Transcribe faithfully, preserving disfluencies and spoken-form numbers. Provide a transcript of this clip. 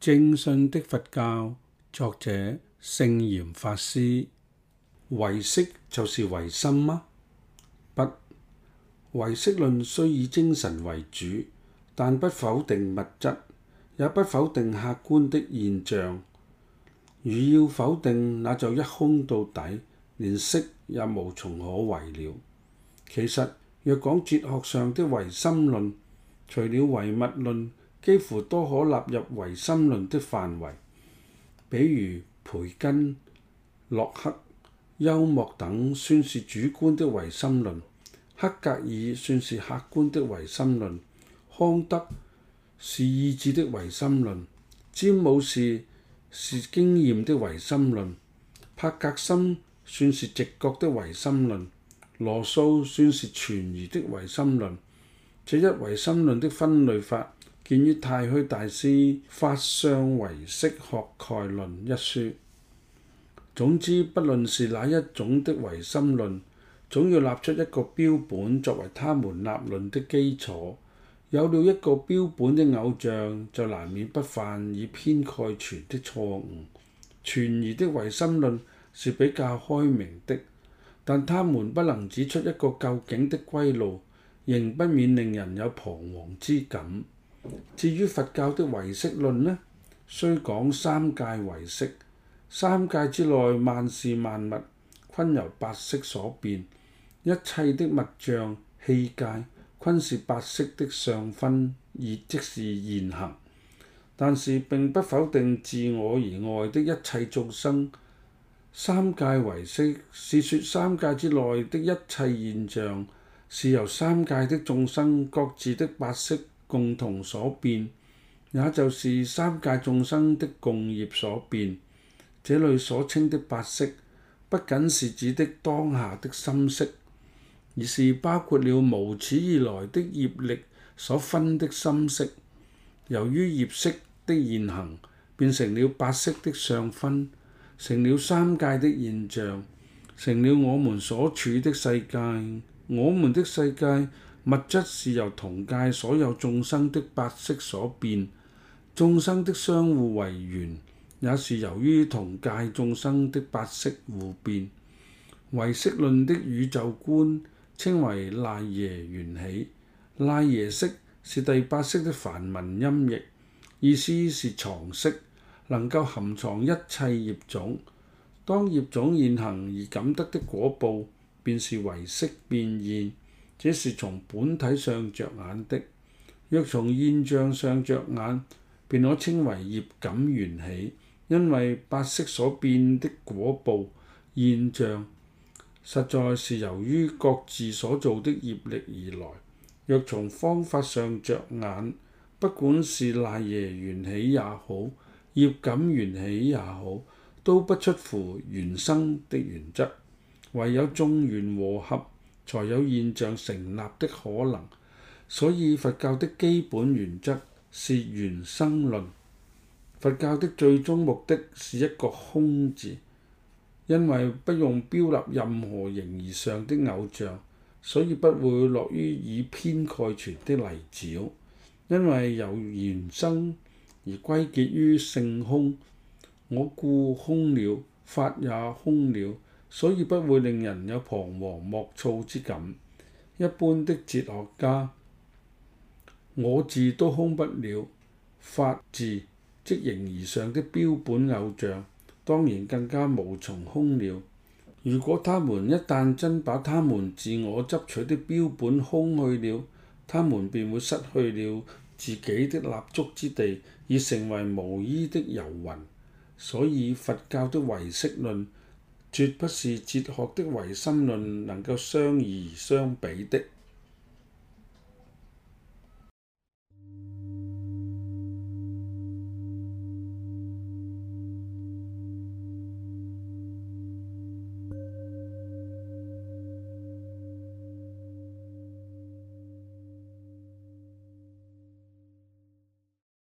正信的佛教，作者聖嚴法師。唯識就是唯心嗎？不，唯識論雖以精神為主，但不否定物質，也不否定客觀的現象。如要否定，那就一空到底，連識也無從可為了。其實，若講哲學上的唯心論，除了唯物論，幾乎都可納入唯心論的範圍。比如培根、洛克、休謨等算是主觀的唯心論，黑格爾算是客觀的唯心論，康德是意志的唯心論，詹姆士是經驗的唯心論，柏格森算是直覺的唯心論，羅素算是存疑的唯心論。這一唯心論的分類法見於太虛大師《法相唯識學概論》一書。總之，不論是哪一種的唯心論，總要立出一個標本作為他們立論的基礎。有了一個標本的偶像，就難免不犯以偏概全的錯誤。存疑的唯心論是比較開明的，但他們不能指出一個究竟的歸路，仍不免令人有彷徨之感。至於佛教的唯識論呢，雖講三界唯識，三界之內萬事萬物均由八識所變，一切的物象器界均是八識的相分，亦即是現行。但是並不否定自我以外的一切眾生。三界唯識是說三界之內的一切現象是由三界的眾生各自的八識共同所變，也就是三界眾生的共業所變。這裏所稱的八識，不僅是指的當下的心識，而是包括了無始以來的業力所分的心識。由於業識的現行，變成了八識的相分，成了三界的現象，成了我們所處的世界。我們的世界物質是由同界所有眾生的八識所變，眾生的相互為緣，也是由於同界眾生的八識互變。唯識論的宇宙觀稱為賴耶緣起，賴耶識是第八識的梵文音譯，意思是藏識，能夠含藏一切業種。當業種現行而感得的果報，便是唯識變現，這是從本體上着眼的。若從現象上着眼，便可稱為業感緣起，因為八識所變的果報現象，實在是由於各自所造的業力而來。若從方法上着眼，不管是賴耶緣起也好，業感緣起也好，都不出乎緣生的原則。唯有眾緣和合，才有現象成立的可能。所以佛教的基本原則是緣生論。佛教的最終目的是一個空字，因為不用標立任何形而上的偶像，所以不會落於以偏概全的泥沼。因為由緣生而歸結於性空，我故空了，法也空了，所以不會令人有彷徨莫措之感。一般的哲學家，我字都空不了，法字即形而上的標本偶像，當然更加無從空了。如果他們一旦真把他們自我執取的標本空去了，他們便會失去了自己的立足之地，而成為無依的遊魂。所以佛教的唯識論絕不是哲學的唯心論能夠相宜相比的。